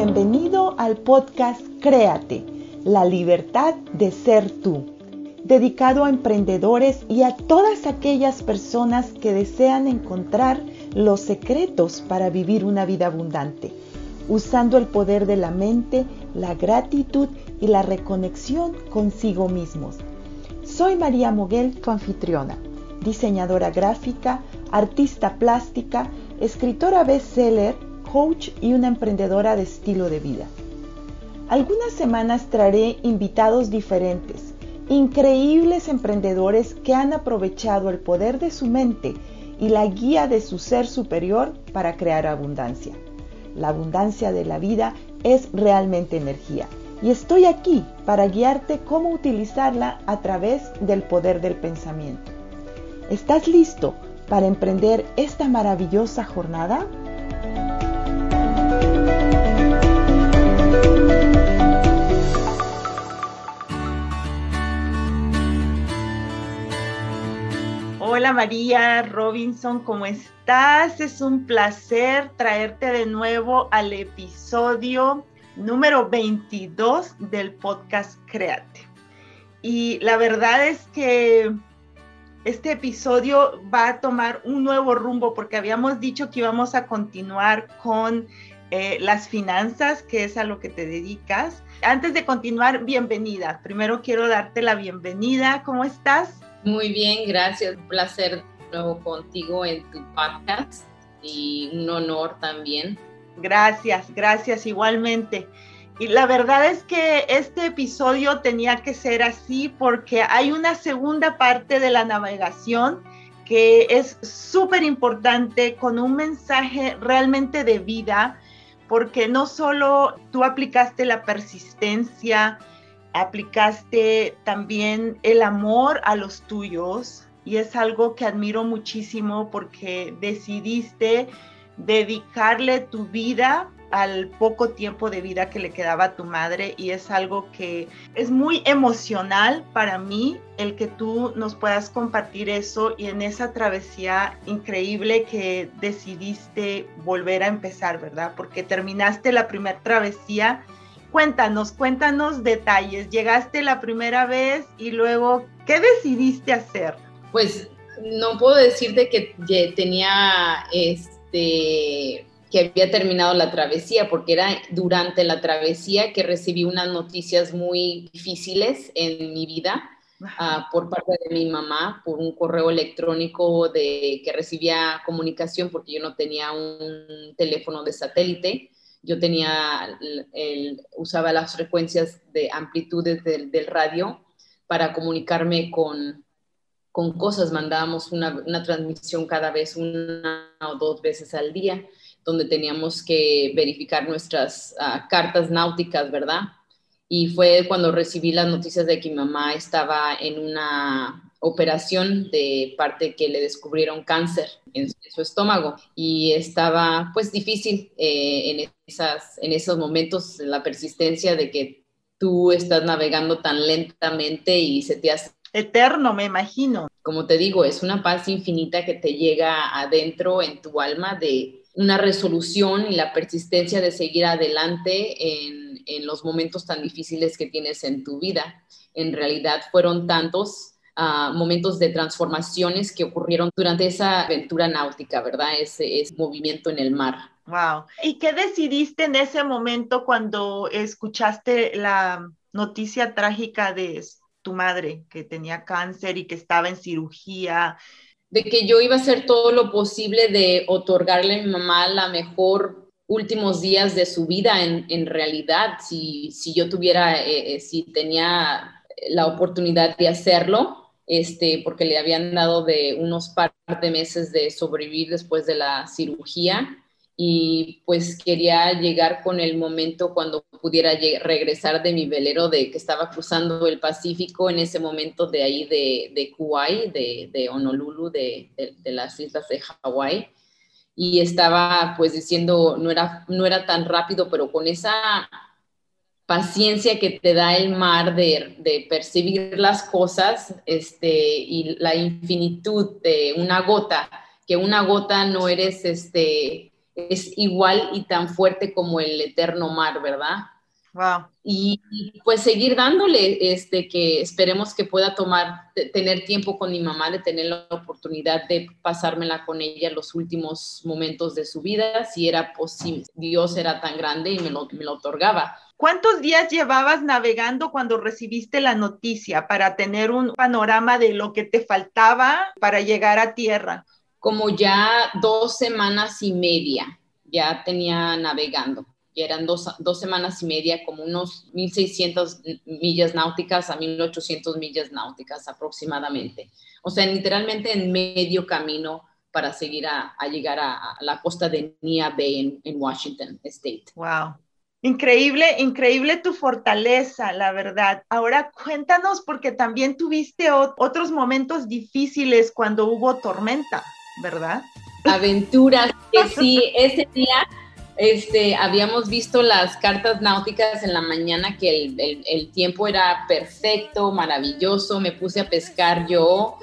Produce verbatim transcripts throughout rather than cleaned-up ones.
bienvenido al podcast Créate, la libertad de ser tú, dedicado a emprendedores y a todas aquellas personas que desean encontrar los secretos para vivir una vida abundante, usando el poder de la mente, la gratitud y la reconexión consigo mismos. Soy María Moguel, tu anfitriona, diseñadora gráfica, artista plástica, escritora bestseller, coach y una emprendedora de estilo de vida. Algunas semanas traeré invitados diferentes, increíbles emprendedores que han aprovechado el poder de su mente y la guía de su ser superior para crear abundancia. La abundancia de la vida es realmente energía y estoy aquí para guiarte cómo utilizarla a través del poder del pensamiento. ¿Estás listo para emprender esta maravillosa jornada? Hola María Robinson, ¿cómo estás? Es un placer traerte de nuevo al episodio número veintidós del podcast Créate. Y la verdad es que este episodio va a tomar un nuevo rumbo porque habíamos dicho que íbamos a continuar con eh, las finanzas, que es a lo que te dedicas. Antes de continuar, bienvenida. Primero quiero darte la bienvenida. ¿Cómo estás? Muy bien, gracias. Un placer de nuevo contigo en tu podcast y un honor también. Gracias, gracias igualmente. Y la verdad es que este episodio tenía que ser así porque hay una segunda parte de la navegación que es súper importante, con un mensaje realmente de vida, porque no solo tú aplicaste la persistencia, aplicaste también el amor a los tuyos, y es algo que admiro muchísimo porque decidiste dedicarle tu vida al poco tiempo de vida que le quedaba a tu madre, y es algo que es muy emocional para mí el que tú nos puedas compartir eso, y en esa travesía increíble que decidiste volver a empezar, ¿verdad? Porque terminaste la primera travesía. Cuéntanos, cuéntanos detalles. Llegaste la primera vez y luego, ¿qué decidiste hacer? Pues no puedo decirte que tenía, este, que había terminado la travesía, porque era durante la travesía que recibí unas noticias muy difíciles en mi vida uh, por parte de mi mamá, por un correo electrónico de que recibía comunicación, porque yo no tenía un teléfono de satélite. Yo tenía, el, el, usaba las frecuencias de amplitudes del, del radio para comunicarme con, con cosas. Mandábamos una, una transmisión cada vez, una o dos veces al día, donde teníamos que verificar nuestras uh, cartas náuticas, ¿verdad? Y fue cuando recibí las noticias de que mi mamá estaba en una operación de parte que le descubrieron cáncer en su estómago, y estaba pues difícil eh, en, esas, en esos momentos, la persistencia de que tú estás navegando tan lentamente y se te hace eterno, me imagino. Como te digo, es una paz infinita que te llega adentro en tu alma, de una resolución y la persistencia de seguir adelante en, en los momentos tan difíciles que tienes en tu vida. En realidad fueron tantos Uh, momentos de transformaciones que ocurrieron durante esa aventura náutica, ¿verdad? Ese, ese movimiento en el mar. Wow. ¿Y qué decidiste en ese momento cuando escuchaste la noticia trágica de tu madre, que tenía cáncer y que estaba en cirugía? De que yo iba a hacer todo lo posible de otorgarle a mi mamá la mejor últimos días de su vida. En, en realidad, si, si yo tuviera, eh, si tenía la oportunidad de hacerlo, Este, porque le habían dado de unos par de meses de sobrevivir después de la cirugía, y pues quería llegar con el momento cuando pudiera regresar de mi velero de que estaba cruzando el Pacífico en ese momento de ahí de, de Kauai, de, de Honolulu, de, de, de las islas de Hawái, y estaba pues diciendo, no era, no era tan rápido, pero con esa paciencia que te da el mar de, de percibir las cosas, este, y la infinitud de una gota, que una gota no eres, este, es igual y tan fuerte como el eterno mar, ¿verdad? Wow. Y, y pues seguir dándole, este, que esperemos que pueda tomar, de, tener tiempo con mi mamá, de tener la oportunidad de pasármela con ella en los últimos momentos de su vida, si era posible. Dios era tan grande y me lo, me lo otorgaba. ¿Cuántos días llevabas navegando cuando recibiste la noticia para tener un panorama de lo que te faltaba para llegar a tierra? Como ya dos semanas y media ya tenía navegando. Ya eran dos, dos semanas y media, como unos mil seiscientas millas náuticas a mil ochocientas millas náuticas aproximadamente. O sea, literalmente en medio camino para seguir a, a llegar a, a la costa de Neah Bay en, en Washington State. Wow. Increíble, increíble tu fortaleza, la verdad. Ahora cuéntanos, porque también tuviste otros momentos difíciles cuando hubo tormenta, ¿verdad? Aventuras que sí, ese día este, habíamos visto las cartas náuticas en la mañana que el, el, el tiempo era perfecto, maravilloso, me puse a pescar yo,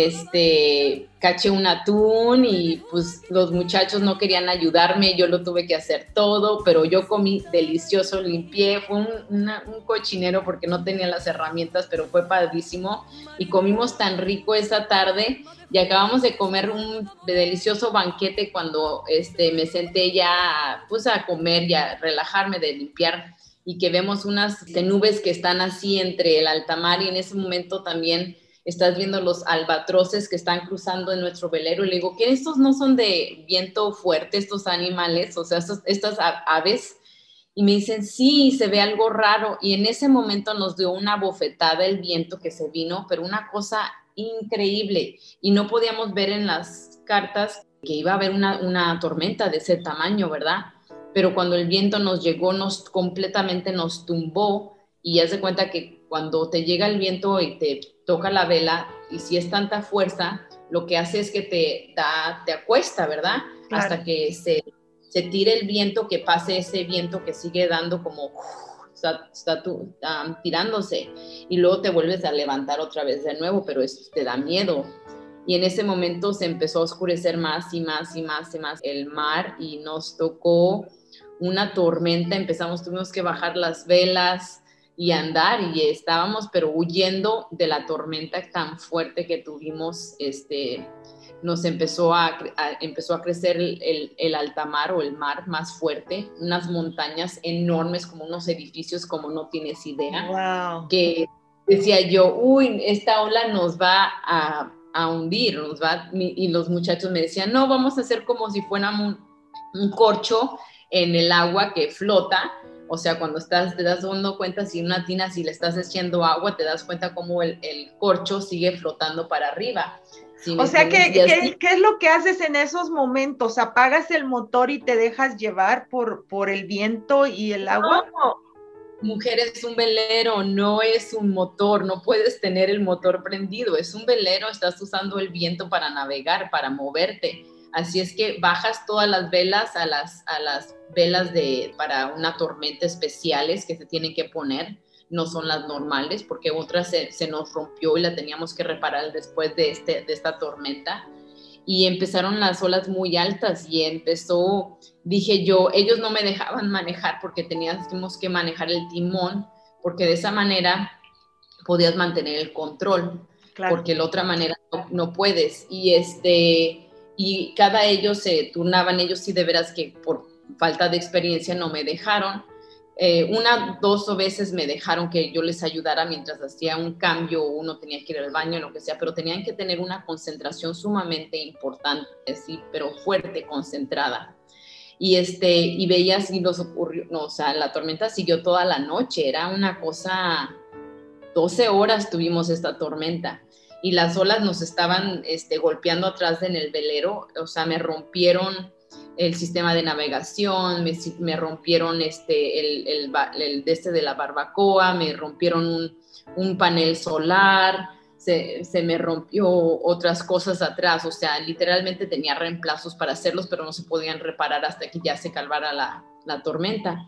este, caché un atún y pues los muchachos no querían ayudarme, yo lo tuve que hacer todo, pero yo comí delicioso, limpié, fue un, una, un cochinero porque no tenía las herramientas, pero fue padrísimo y comimos tan rico esa tarde y acabamos de comer un delicioso banquete cuando este, me senté ya pues, a comer y a relajarme de limpiar y que vemos unas este, nubes que están así entre el alta mar y en ese momento también estás viendo los albatroces que están cruzando en nuestro velero y le digo, ¿que estos no son de viento fuerte, estos animales? O sea, estos, estas aves. Y me dicen, sí, se ve algo raro. Y en ese momento nos dio una bofetada el viento que se vino, pero una cosa increíble. Y no podíamos ver en las cartas que iba a haber una, una tormenta de ese tamaño, ¿verdad? Pero cuando el viento nos llegó, nos completamente nos tumbó y haz de cuenta que cuando te llega el viento y te toca la vela y si es tanta fuerza, lo que hace es que te, da, te acuesta, ¿verdad? Claro. Hasta que se, se tire el viento, que pase ese viento que sigue dando como, uh, está, está tu, um, tirándose y luego te vuelves a levantar otra vez de nuevo, pero eso te da miedo. Y en ese momento se empezó a oscurecer más y más y más y más el mar y nos tocó una tormenta, empezamos, tuvimos que bajar las velas y andar y estábamos pero huyendo de la tormenta tan fuerte que tuvimos, este, nos empezó a, a, empezó a crecer el, el, el alta mar o el mar más fuerte, unas montañas enormes como unos edificios como no tienes idea, wow. Que decía yo, uy, esta ola nos va a, a hundir, nos va, y los muchachos me decían, no, vamos a hacer como si fuera un, un corcho en el agua que flota. O sea, cuando estás, te das dando cuenta si una tina, si le estás echando agua, te das cuenta cómo el, el corcho sigue flotando para arriba. ¿Sí o sea, ¿qué, ¿qué, ¿qué es lo que haces en esos momentos? ¿Apagas el motor y te dejas llevar por, por el viento y el agua? No, mujer, es un velero, no es un motor, no puedes tener el motor prendido, es un velero, estás usando el viento para navegar, para moverte. Así es que bajas todas las velas a las, a las velas de, para una tormenta especiales que se tienen que poner, no son las normales, porque otra se, se nos rompió y la teníamos que reparar después de, este, de esta tormenta. Y empezaron las olas muy altas y empezó, dije yo, ellos no me dejaban manejar porque teníamos que manejar el timón, porque de esa manera podías mantener el control, claro. Porque de la otra manera no, no puedes. Y este... y cada ellos se turnaban, ellos sí de veras que por falta de experiencia no me dejaron. Eh, una, dos veces me dejaron que yo les ayudara mientras hacía un cambio, uno tenía que ir al baño, lo que sea, pero tenían que tener una concentración sumamente importante, sí, pero fuerte, concentrada. Y, este, y veías y nos ocurrió, no, o sea, la tormenta siguió toda la noche, era una cosa, doce horas tuvimos esta tormenta. Y las olas nos estaban este, golpeando atrás en el velero, o sea, me rompieron el sistema de navegación, me, me rompieron este, el, el, el de este de la barbacoa, me rompieron un, un panel solar, se, se me rompió otras cosas atrás, o sea, literalmente tenía reemplazos para hacerlos, pero no se podían reparar hasta que ya se calmara la, la tormenta.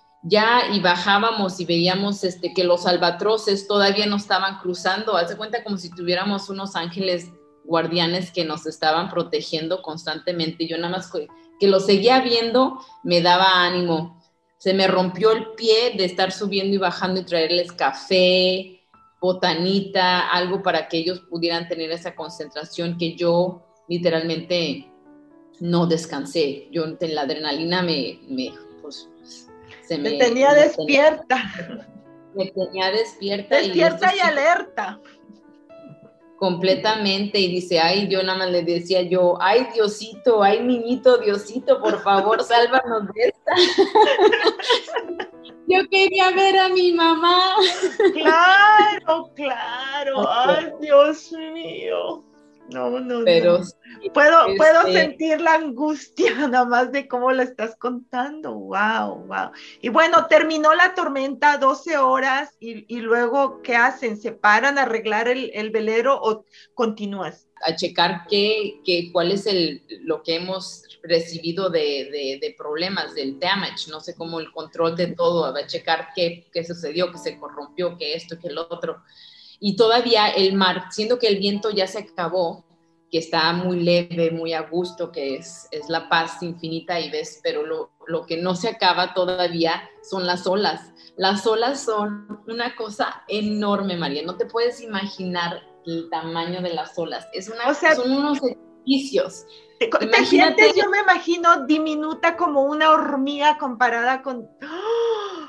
Ya y bajábamos y veíamos este, que los albatroces todavía no estaban cruzando, haz de cuenta como si tuviéramos unos ángeles guardianes que nos estaban protegiendo constantemente. Yo nada más que lo seguía viendo me daba ánimo. Se me rompió el pie de estar subiendo y bajando y traerles café, botanita, algo para que ellos pudieran tener esa concentración que yo literalmente no descansé. Yo la adrenalina me, me pues, se me... Me tenía me despierta. Tenía, me tenía despierta. Despierta y, y alerta. Completamente, y dice, ay, yo nada más le decía yo, ay, Diosito, ay, niñito, Diosito, por favor, sálvanos de esta. Yo quería ver a mi mamá. Claro, claro, ay, Dios mío. No, no, Pero no. sí, Puedo, este... puedo sentir la angustia nada más de cómo la estás contando. Wow, wow. Y bueno, terminó la tormenta, doce horas, y, y luego, ¿qué hacen? ¿Se paran a arreglar el, el velero o continúas? A checar qué, qué, cuál es el, lo que hemos recibido de, de, de problemas, del damage, no sé cómo el control de todo, a checar qué, qué sucedió, que se corrompió, que esto, que el otro. Y todavía el mar, siendo que el viento ya se acabó, que está muy leve, muy a gusto, que es, es la paz infinita y ves, pero lo, lo que no se acaba todavía son las olas. Las olas son una cosa enorme, María, no te puedes imaginar el tamaño de las olas. Es una, o sea, son unos edificios. Te, te sientes, yo me imagino, diminuta como una hormiga comparada con... ¡Oh!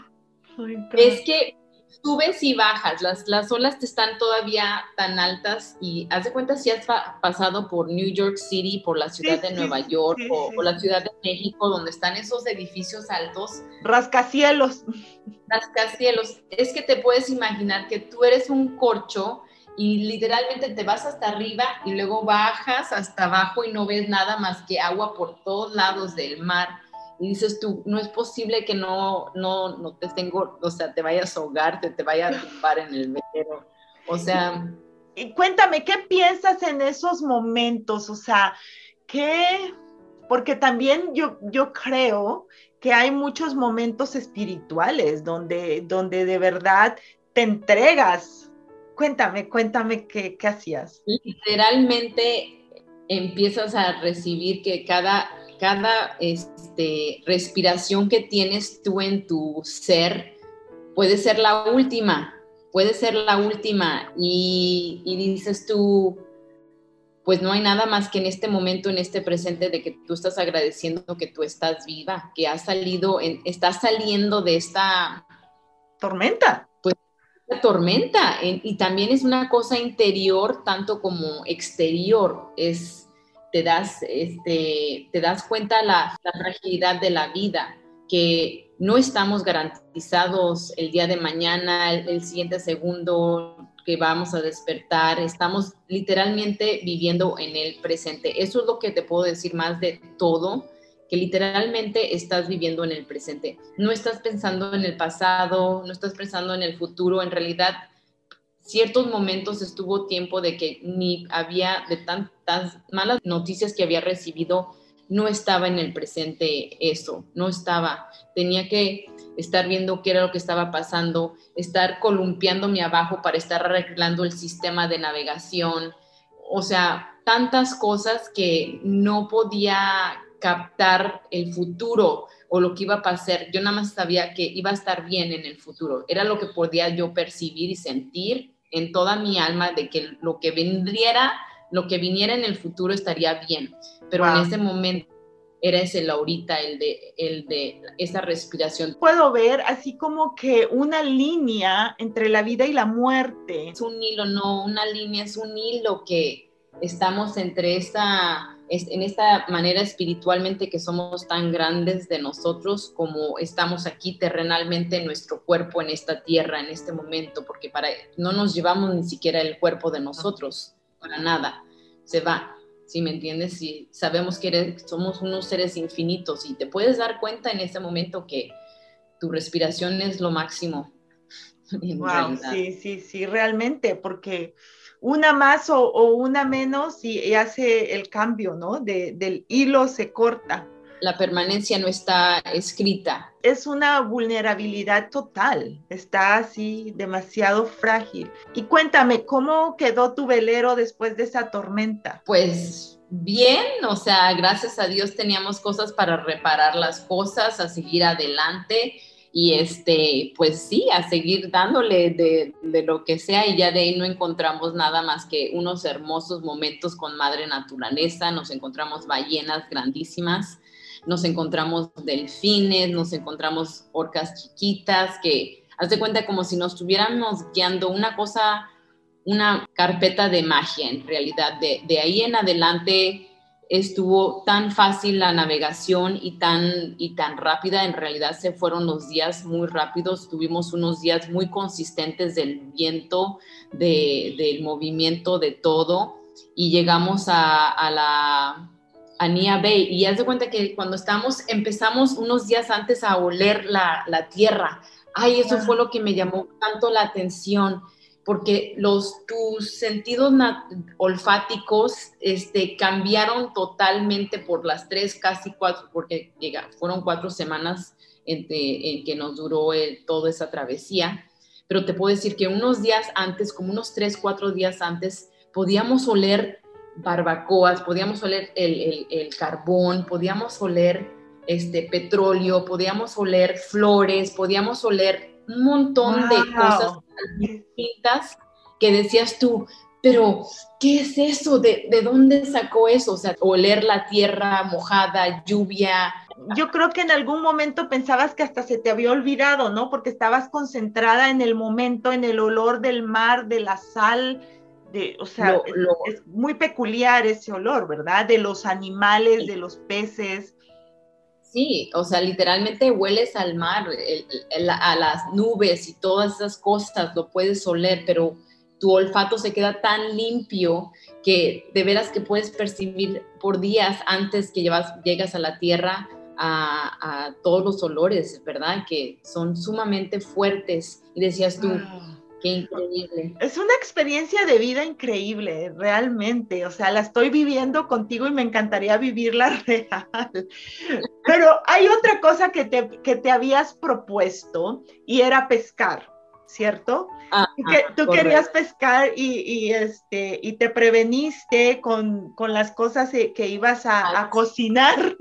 Es que subes y bajas, las, las olas te están todavía tan altas y haz de cuenta si has pasado por New York City, por la ciudad sí, de Nueva sí, York sí, o sí, por la sí. ciudad de México, donde están esos edificios altos. Rascacielos. Rascacielos. Es que te puedes imaginar que tú eres un corcho y literalmente te vas hasta arriba y luego bajas hasta abajo y no ves nada más que agua por todos lados del mar. Y dices tú, no es posible que no, no, no te tengo, o sea, te vayas a ahogar, te, te vayas a tumbar en el velero. O sea... Y cuéntame, ¿qué piensas en esos momentos? O sea, ¿qué? Porque también yo, yo creo que hay muchos momentos espirituales donde, donde de verdad te entregas. Cuéntame, cuéntame qué, qué hacías. Literalmente empiezas a recibir que cada... cada este, respiración que tienes tú en tu ser puede ser la última, puede ser la última y, y dices tú, pues no hay nada más que en este momento, en este presente, de que tú estás agradeciendo que tú estás viva, que has salido, en, estás saliendo de esta tormenta. Pues esta tormenta, en, y también es una cosa interior tanto como exterior, es... Te das, este, te das cuenta la, la fragilidad de la vida, que no estamos garantizados el día de mañana, el, el siguiente segundo que vamos a despertar, estamos literalmente viviendo en el presente. Eso es lo que te puedo decir más de todo, que literalmente estás viviendo en el presente. No estás pensando en el pasado, no estás pensando en el futuro, en realidad ciertos momentos estuvo tiempo de que ni había de tantas malas noticias que había recibido, no estaba en el presente eso, no estaba. Tenía que estar viendo qué era lo que estaba pasando, estar columpiándome abajo para estar arreglando el sistema de navegación, o sea, tantas cosas que no podía captar el futuro o lo que iba a pasar. Yo nada más sabía que iba a estar bien en el futuro, era lo que podía yo percibir y sentir en toda mi alma, de que lo que vendría, lo que viniera en el futuro estaría bien, pero wow. En ese momento era ese el ahorita, el de, el de esa respiración. Puedo ver así como que una línea entre la vida y la muerte. Es un hilo, no, una línea, es un hilo que estamos entre esta... en esta manera espiritualmente que somos tan grandes de nosotros como estamos aquí terrenalmente en nuestro cuerpo, en esta tierra, en este momento, porque para, no nos llevamos ni siquiera el cuerpo de nosotros, para nada, se va, ¿sí me entiendes? Si sabemos que eres, somos unos seres infinitos y te puedes dar cuenta en ese momento que tu respiración es lo máximo, en wow, realidad. Sí, sí, sí, realmente, porque una más o, o una menos y, y hace el cambio, ¿no? De, del hilo se corta. La permanencia no está escrita. Es una vulnerabilidad total, está así demasiado frágil. Y cuéntame, ¿cómo quedó tu velero después de esa tormenta? Pues bien, o sea, gracias a Dios teníamos cosas para reparar las cosas, a seguir adelante y este, pues sí, a seguir dándole de, de lo que sea, y ya de ahí no encontramos nada más que unos hermosos momentos con madre naturaleza. Nos encontramos ballenas grandísimas, nos encontramos delfines, nos encontramos orcas chiquitas que, haz de cuenta, como si nos estuviéramos guiando una cosa, una carpeta de magia en realidad. De, de ahí en adelante estuvo tan fácil la navegación y tan, y tan rápida. En realidad se fueron los días muy rápidos. Tuvimos unos días muy consistentes del viento, de, del movimiento, de todo, y llegamos a, a la a Neah Bay, y haz de cuenta que cuando estamos, empezamos unos días antes a oler la, la tierra. Ay, eso fue lo que me llamó tanto la atención, porque los, tus sentidos olfáticos este, cambiaron totalmente por las tres, casi cuatro, porque llega, fueron cuatro semanas en, en que nos duró el, toda esa travesía. Pero te puedo decir que unos días antes, como unos tres, cuatro días antes, podíamos oler barbacoas, podíamos oler el, el, el carbón, podíamos oler este, petróleo, podíamos oler flores, podíamos oler un montón wow. de cosas distintas que decías tú, pero ¿qué es eso? ¿De, de dónde sacó eso? O sea, oler la tierra mojada, lluvia. Yo creo que en algún momento pensabas que hasta se te había olvidado, ¿no? Porque estabas concentrada en el momento, en el olor del mar, de la sal, de, o sea, lo, es, lo, es muy peculiar ese olor, ¿verdad? De los animales, sí. De los peces. Sí, o sea, literalmente hueles al mar, el, el, a las nubes y todas esas cosas, lo puedes oler, pero tu olfato se queda tan limpio que de veras que puedes percibir por días antes que llevas, llegas a la tierra a, a todos los olores, ¿verdad? Que son sumamente fuertes. Y decías tú, wow. Qué increíble. Es una experiencia de vida increíble, realmente. O sea, la estoy viviendo contigo y me encantaría vivirla real. Pero hay otra cosa que te, que te habías propuesto y era pescar, ¿cierto? Ah, que tú querías pescar y, y, este, y te preveniste con, con las cosas que ibas a, a cocinar.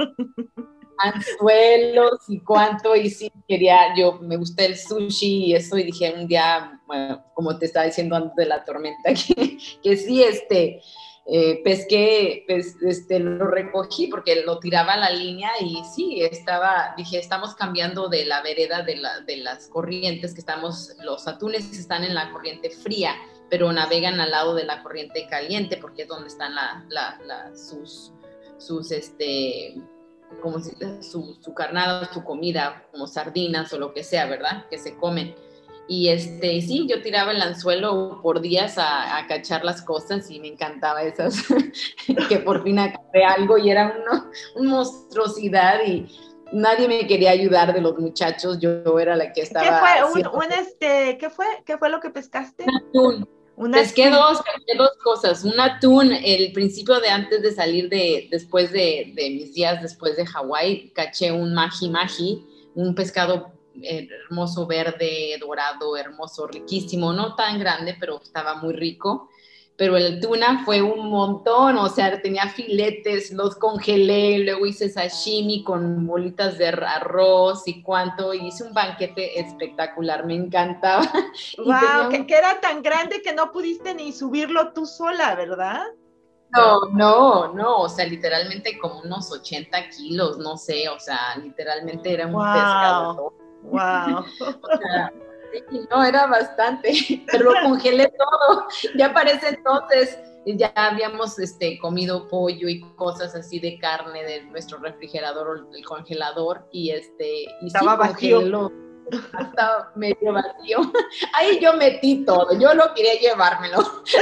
Anzuelos y cuánto, y sí, quería, yo me gusta el sushi y eso, y dije un día, bueno, como te estaba diciendo antes de la tormenta, que, que sí, este, eh, pesqué, pues, este, lo recogí porque lo tiraba a la línea y sí, estaba, dije, estamos cambiando de la vereda de, la, de las corrientes, que estamos, los atunes están en la corriente fría, pero navegan al lado de la corriente caliente, porque es donde están la, la, la, sus, sus, este... como si, su, su carnada, su comida, como sardinas o lo que sea, ¿verdad? Que se comen. Y este, sí, yo tiraba el anzuelo por días a, a cachar las cosas y me encantaba esas, que por fin agarré algo y era una, una monstruosidad y nadie me quería ayudar de los muchachos, yo era la que estaba... ¿Qué fue? Un, un este, ¿qué fue? ¿Qué fue lo que pescaste? Un atún. Una pesqué dos, pesqué dos cosas, un atún, el principio de antes de salir de, después de, de mis días después de Hawái, caché un mahi mahi, un pescado hermoso, verde, dorado, hermoso, riquísimo, no tan grande, pero estaba muy rico. Pero el tuna fue un montón, o sea, tenía filetes, los congelé, luego hice sashimi con bolitas de arroz y cuánto, y hice un banquete espectacular, me encantaba. ¡Wow! Un... Que, que era tan grande que no pudiste ni subirlo tú sola, ¿verdad? No, no, no, o sea, literalmente como unos ochenta kilos, no sé, o sea, literalmente era un wow, pescado. ¡Wow! O sea, sí, no, era bastante, pero lo congelé todo. Ya para ese entonces ya habíamos este, comido pollo y cosas así de carne de nuestro refrigerador, el congelador, y este, y estaba sí, vacío. Lo, estaba medio vacío. Ahí yo metí todo, yo no quería llevármelo.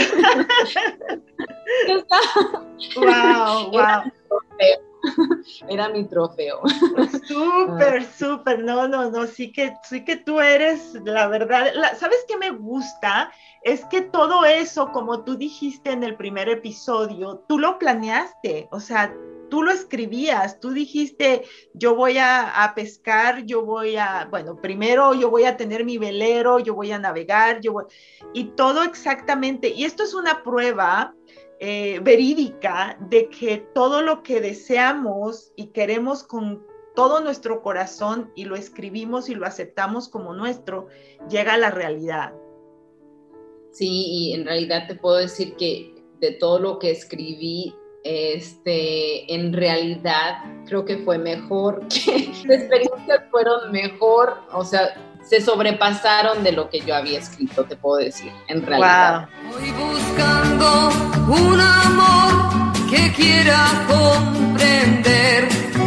Wow, wow. Era mi trofeo. Era mi trofeo. Súper, súper, no, no, no, sí que, sí que tú eres, la verdad, la, ¿sabes qué me gusta? Es que todo eso, como tú dijiste en el primer episodio, tú lo planeaste, o sea, tú lo escribías, tú dijiste, yo voy a, a pescar, yo voy a, bueno, primero yo voy a tener mi velero, yo voy a navegar, yo voy, y todo exactamente, y esto es una prueba eh, verídica de que todo lo que deseamos y queremos con todo nuestro corazón y lo escribimos y lo aceptamos como nuestro, llega a la realidad. Sí, y en realidad te puedo decir que de todo lo que escribí, este, en realidad creo que fue mejor, que las experiencias fueron mejor, o sea, se sobrepasaron de lo que yo había escrito, te puedo decir, en realidad. Wow. Voy buscando un amor que quiera comprender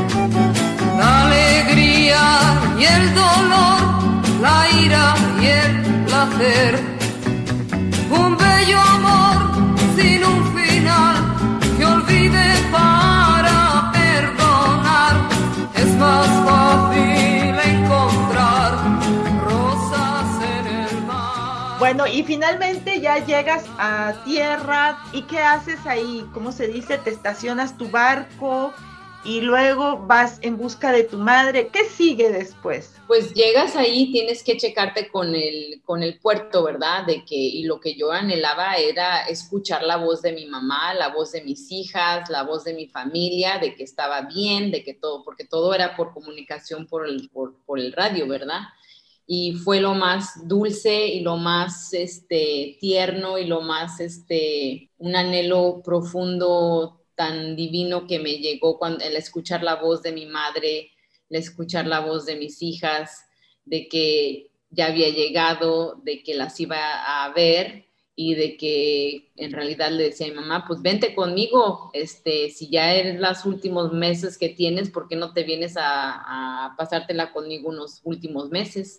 la alegría y el dolor, la ira y el placer. Un bello amor sin un final que olvide para perdonar. Es más fácil encontrar rosas en el mar. Bueno, y finalmente ya llegas a tierra. ¿Y qué haces ahí? ¿Cómo se dice? Te estacionas tu barco y luego vas en busca de tu madre. ¿Qué sigue después? Pues llegas ahí, tienes que checarte con el, con el puerto, ¿verdad? De que, y lo que yo anhelaba era escuchar la voz de mi mamá, la voz de mis hijas, la voz de mi familia, de que estaba bien, de que todo, porque todo era por comunicación por el, por, por el radio, ¿verdad? Y fue lo más dulce y lo más este, tierno y lo más, este, un anhelo profundo tan divino que me llegó cuando, el escuchar la voz de mi madre, el escuchar la voz de mis hijas, de que ya había llegado, de que las iba a ver y de que en realidad le decía a mi mamá, pues vente conmigo, este, si ya eres los últimos meses que tienes, ¿por qué no te vienes a, a pasártela conmigo unos últimos meses?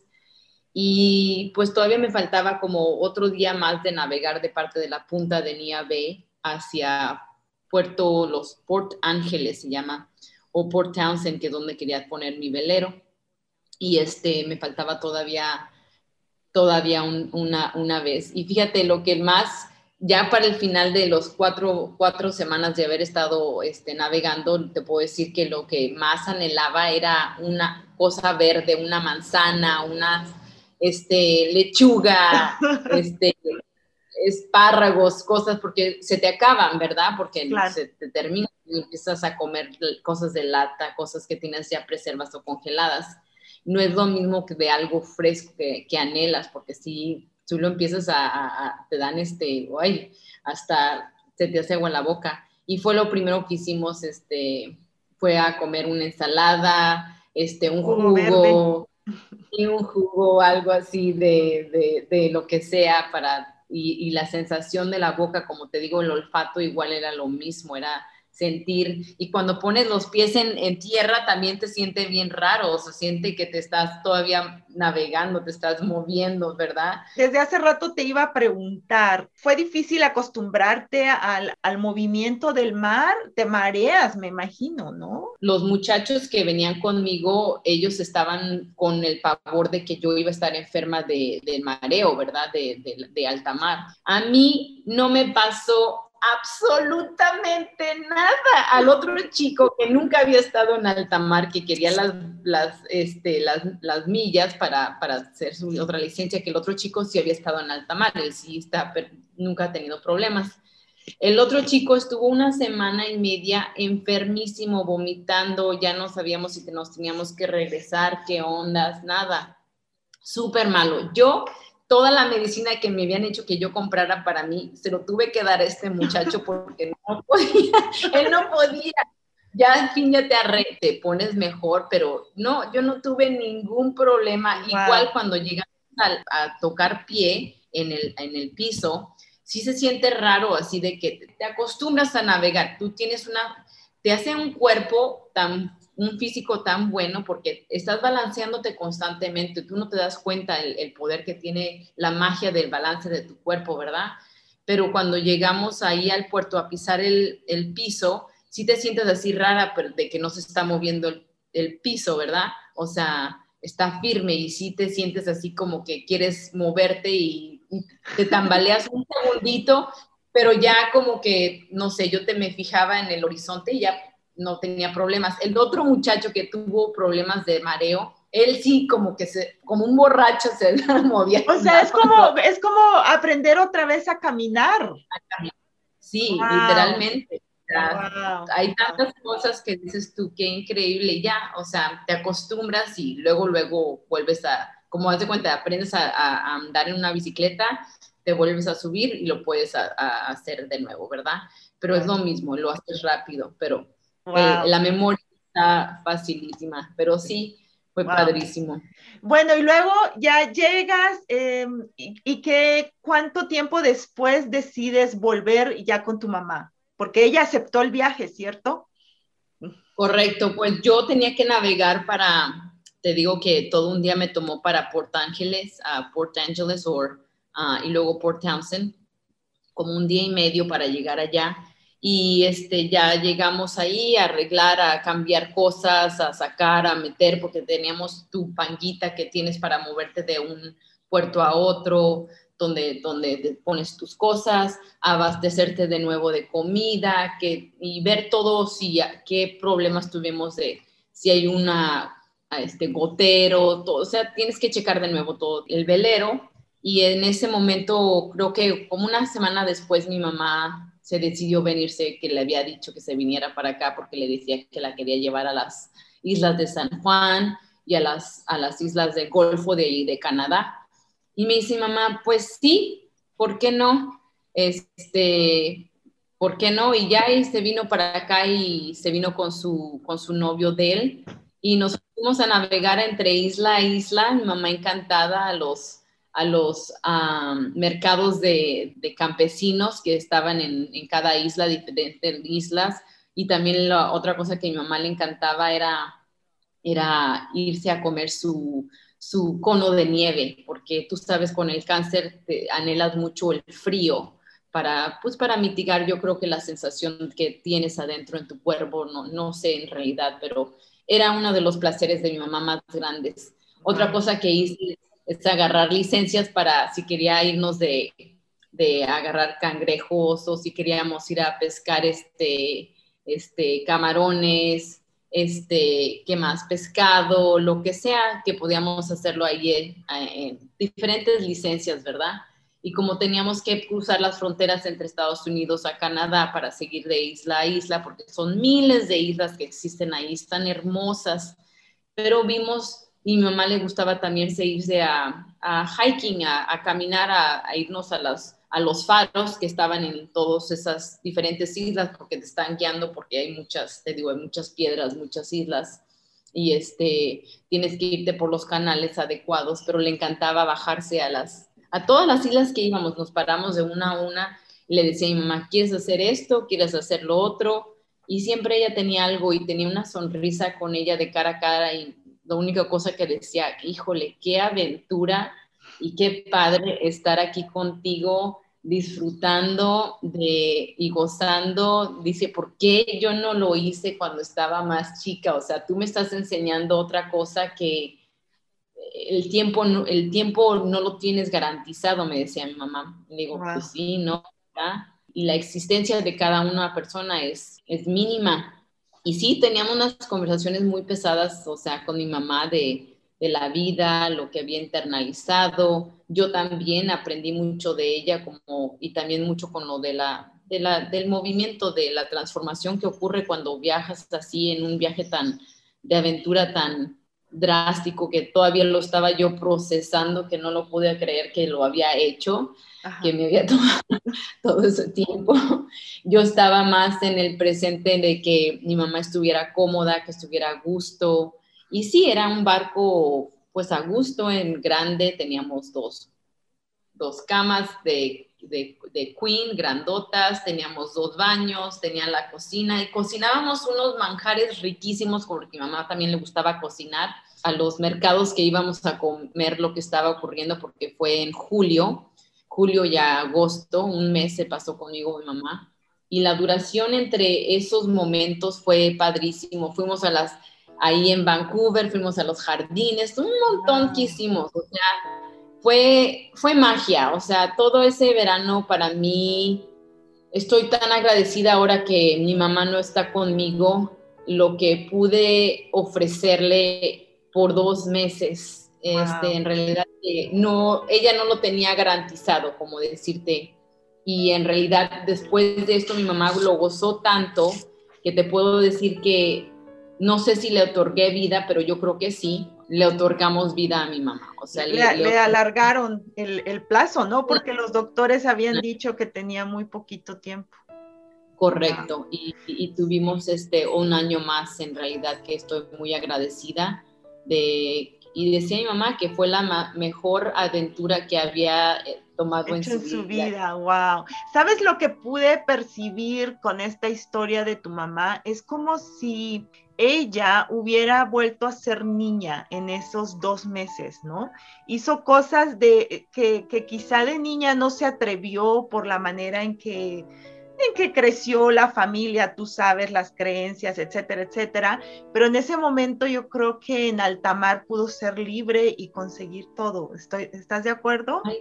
Y pues todavía me faltaba como otro día más de navegar de parte de la punta de Nia Bay hacia Puerto, los Port Ángeles se llama, o Port Townsend, que es donde quería poner mi velero. Y este, me faltaba todavía, todavía un, una, una vez. Y fíjate, lo que más, ya para el final de los cuatro, cuatro semanas de haber estado este, navegando, te puedo decir que lo que más anhelaba era una cosa verde, una manzana, una este, lechuga, este... espárragos, cosas, porque se te acaban, ¿verdad? Porque claro, se te termina y empiezas a comer cosas de lata, cosas que tienes ya preservas o congeladas. No es lo mismo que de algo fresco que, que anhelas, porque si tú lo empiezas a, a, a te dan este, ay, hasta se te hace agua en la boca. Y fue lo primero que hicimos, este, fue a comer una ensalada, este, un jugo, jugo y un jugo, algo así de, de, de lo que sea para... Y, y la sensación de la boca, como te digo, el olfato igual era lo mismo, era sentir, y cuando pones los pies en, en tierra también te siente bien raro, o sea, siente que te estás todavía navegando, te estás moviendo, ¿verdad? Desde hace rato te iba a preguntar, ¿fue difícil acostumbrarte al, al movimiento del mar? Te mareas, me imagino, ¿no? Los muchachos que venían conmigo, ellos estaban con el pavor de que yo iba a estar enferma de, de mareo, ¿verdad? De, de, de alta mar. A mí no me pasó absolutamente nada. Al otro chico que nunca había estado en alta mar, que quería las, las, este, las, las millas para, para hacer su otra licencia, que el otro chico sí había estado en alta mar, él sí está, pero nunca ha tenido problemas. El otro chico estuvo una semana y media enfermísimo, vomitando, ya no sabíamos si nos teníamos que regresar, qué ondas, nada. Súper malo. Yo... toda la medicina que me habían hecho que yo comprara para mí, se lo tuve que dar a este muchacho porque no podía, él no podía. Ya al fin ya te arre, te pones mejor, pero no, yo no tuve ningún problema. Wow. Igual cuando llegamos a, a tocar pie en el, en el piso, sí se siente raro, así de que te acostumbras a navegar. Tú tienes una, te hace un cuerpo tan... un físico tan bueno porque estás balanceándote constantemente, tú no te das cuenta el, el poder que tiene la magia del balance de tu cuerpo, ¿verdad? Pero cuando llegamos ahí al puerto a pisar el, el piso, sí te sientes así rara, pero de que no se está moviendo el, el piso, ¿verdad? O sea, está firme y sí te sientes así como que quieres moverte y, y te tambaleas un segundito, pero ya como que, no sé, yo te me fijaba en el horizonte y ya no tenía problemas. El otro muchacho que tuvo problemas de mareo, él sí como que se, como un borracho se movía. O sea, es como, es como aprender otra vez a caminar. A caminar. Sí, Wow, literalmente. O sea, wow, hay wow. tantas cosas que dices tú, qué increíble, ya, o sea, te acostumbras y luego, luego vuelves a, como haz de cuenta, aprendes a, a- a andar en una bicicleta, te vuelves a subir y lo puedes a- a hacer de nuevo, ¿verdad? Pero es lo mismo, lo haces rápido, pero el- Wow, la memoria está facilísima, pero sí, fue wow. padrísimo. Bueno, y luego ya llegas, eh, y, y qué, ¿cuánto tiempo después decides volver ya con tu mamá? Porque ella aceptó el viaje, ¿cierto? Correcto, pues yo tenía que navegar para, te digo que todo un día me tomó para Port Ángeles, a Port Angeles or, uh, y luego Port Townsend, como un día y medio para llegar allá. Y este, ya llegamos ahí a arreglar, a cambiar cosas, a sacar, a meter, porque teníamos tu panguita que tienes para moverte de un puerto a otro, donde, donde pones tus cosas, abastecerte de nuevo de comida, que, y ver todo, si, qué problemas tuvimos de, si hay una, este, gotero, todo, o sea, tienes que checar de nuevo todo el velero. Y en ese momento, creo que como una semana después, mi mamá se decidió venirse, que le había dicho que se viniera para acá porque le decía que la quería llevar a las islas de San Juan y a las, a las islas del Golfo de, de Canadá. Y me dice mamá, pues sí, ¿por qué no? Este, ¿por qué no? Y ya y se vino para acá y se vino con su, con su novio de él y nos fuimos a navegar entre isla a isla, mi mamá encantada a los, a los um, mercados de, de, campesinos que estaban en, en cada isla, diferentes islas, y también la otra cosa que a mi mamá le encantaba era, era irse a comer su, su cono de nieve, porque tú sabes, con el cáncer te anhelas mucho el frío para, pues para mitigar, yo creo que la sensación que tienes adentro en tu cuerpo, no, no sé en realidad, pero era uno de los placeres de mi mamá más grandes. Otra Wow. cosa que hice es agarrar licencias para si quería irnos de, de agarrar cangrejos o si queríamos ir a pescar este, este, camarones, este, ¿qué más? Pescado, lo que sea, que podíamos hacerlo ahí en, en diferentes licencias, ¿verdad? Y como teníamos que cruzar las fronteras entre Estados Unidos a Canadá para seguir de isla a isla, porque son miles de islas que existen ahí, están hermosas, pero vimos, y mi mamá le gustaba también irse a, a hiking, a, a caminar, a, a irnos a, las, a los faros que estaban en todas esas diferentes islas, porque te están guiando, porque hay muchas, te digo, hay muchas piedras, muchas islas, y este, tienes que irte por los canales adecuados, pero le encantaba bajarse a las, a todas las islas que íbamos, nos paramos de una a una, y le decía a mi mamá, ¿quieres hacer esto? ¿Quieres hacer lo otro? Y siempre ella tenía algo y tenía una sonrisa con ella de cara a cara y la única cosa que decía, híjole, qué aventura y qué padre estar aquí contigo disfrutando de, y gozando. Dice, ¿por qué yo no lo hice cuando estaba más chica? O sea, tú me estás enseñando otra cosa que el tiempo, el tiempo no lo tienes garantizado, me decía mi mamá. Le digo, Wow. pues sí, ¿no? ¿verdad? Y la existencia de cada una persona es, es mínima. Y sí, teníamos unas conversaciones muy pesadas, o sea, con mi mamá de, de la vida, lo que había internalizado. Yo también aprendí mucho de ella como, y también mucho con lo de la, de la, del movimiento, de la transformación que ocurre cuando viajas así en un viaje tan de aventura tan drástico que todavía lo estaba yo procesando, que no lo pude creer que lo había hecho, que Ajá. me había tomado todo ese tiempo. Yo estaba más en el presente de que mi mamá estuviera cómoda, que estuviera a gusto. Y sí, era un barco pues a gusto, en grande, teníamos dos, dos camas de, de, de queen grandotas, teníamos dos baños, tenía la cocina y cocinábamos unos manjares riquísimos porque a mi mamá también le gustaba cocinar. A los mercados que íbamos a comer lo que estaba ocurriendo porque fue en julio, julio y agosto, un mes se pasó conmigo mi mamá. Y la duración entre esos momentos fue padrísimo. Fuimos a las, ahí en Vancouver, fuimos a los jardines, un montón que Wow. hicimos. O sea, fue, fue magia, o sea, todo ese verano para mí, estoy tan agradecida ahora que mi mamá no está conmigo, lo que pude ofrecerle por dos meses, este, Wow. en realidad, eh, no, ella no lo tenía garantizado, como decirte, y en realidad después de esto mi mamá lo gozó tanto que te puedo decir que no sé si le otorgué vida, pero yo creo que sí, le otorgamos vida a mi mamá. O sea, le, le, le, le alargaron el, el plazo, ¿no? Porque los doctores habían dicho que tenía muy poquito tiempo. Correcto, wow. y, y tuvimos este, un año más en realidad, que estoy muy agradecida de, y decía mi mamá que fue la ma- mejor aventura que había tomado en su, en su vida. vida. Wow. ¿Sabes lo que pude percibir con esta historia de tu mamá? Es como si ella hubiera vuelto a ser niña en esos dos meses, ¿no? Hizo cosas de, que, que quizá de niña no se atrevió por la manera en que en que creció la familia, tú sabes, las creencias, etcétera, etcétera, pero en ese momento yo creo que en alta mar pudo ser libre y conseguir todo. Estoy, ¿estás de acuerdo? Ay,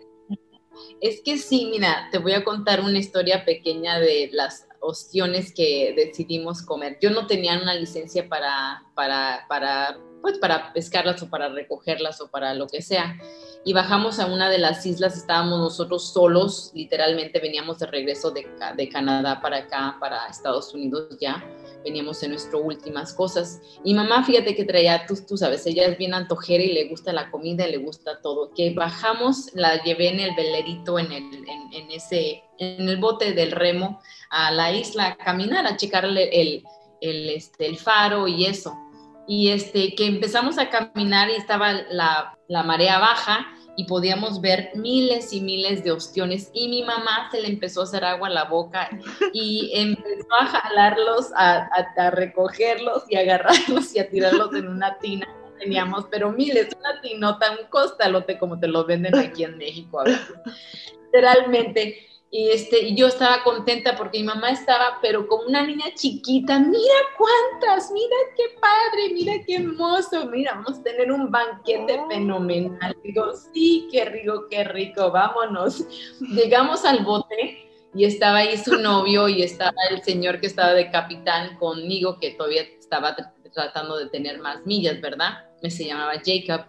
es que sí, mira, te voy a contar una historia pequeña de las ostiones que decidimos comer. Yo no tenía una licencia para, para, para, pues para pescarlas o para recogerlas o para lo que sea. Y bajamos a una de las islas, estábamos nosotros solos, literalmente veníamos de regreso de, de Canadá para acá, para Estados Unidos ya, veníamos en nuestras últimas cosas. Y mamá, fíjate que traía, tú, tú sabes, ella es bien antojera y le gusta la comida y le gusta todo. Que bajamos, la llevé en el velerito, en el, en, en ese, en el bote del remo, a la isla a caminar, a checarle el, el, este, el faro y eso. Y este, que empezamos a caminar y estaba la, la marea baja y podíamos ver miles y miles de ostiones y mi mamá se le empezó a hacer agua a la boca y empezó a jalarlos, a, a, a recogerlos y a agarrarlos y a tirarlos en una tina. Teníamos, pero miles, una tinota, un costalote como te lo venden aquí en México a veces, literalmente. Y este, yo estaba contenta porque mi mamá estaba, pero como una niña chiquita, mira cuántas, mira qué padre, mira qué hermoso, mira, vamos a tener un banquete oh. fenomenal. Digo, sí, qué rico, qué rico, vámonos. Llegamos al bote y estaba ahí su novio y estaba el señor que estaba de capitán conmigo, que todavía estaba tr- tratando de tener más millas, ¿verdad? Se llamaba Jacob.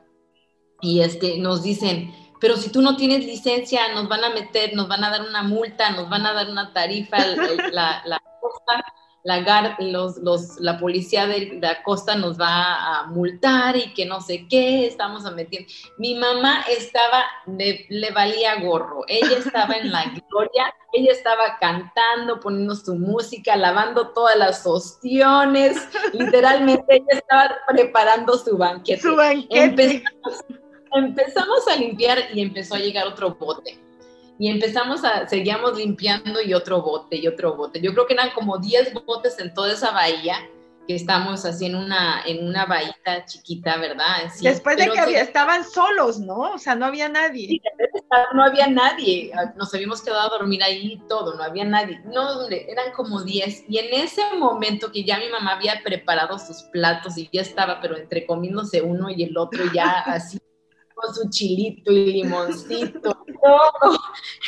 Y este, nos dicen, pero si tú no tienes licencia, nos van a meter, nos van a dar una multa, nos van a dar una tarifa, el, el, la, la costa, la, los, los, la policía de la costa nos va a multar y que no sé qué, estamos a meter. Mi mamá estaba, le, le valía gorro, ella estaba en la gloria, ella estaba cantando, poniendo su música, lavando todas las ostiones, literalmente ella estaba preparando su banquete. Su banquete. Empezamos, Empezamos a limpiar y empezó a llegar otro bote. Y empezamos a, seguíamos limpiando y otro bote y otro bote. Yo creo que eran como diez botes en toda esa bahía, que estamos así en una, en una bahita chiquita, ¿verdad? Sí, después de que había, estaban solos, ¿no? O sea, no había nadie. Sí, no había nadie. Nos habíamos quedado a dormir ahí y todo, no había nadie. No, eran como diez. Y en ese momento que ya mi mamá había preparado sus platos y ya estaba, pero entre comiéndose uno y el otro ya así, con su chilito y limoncito, todo,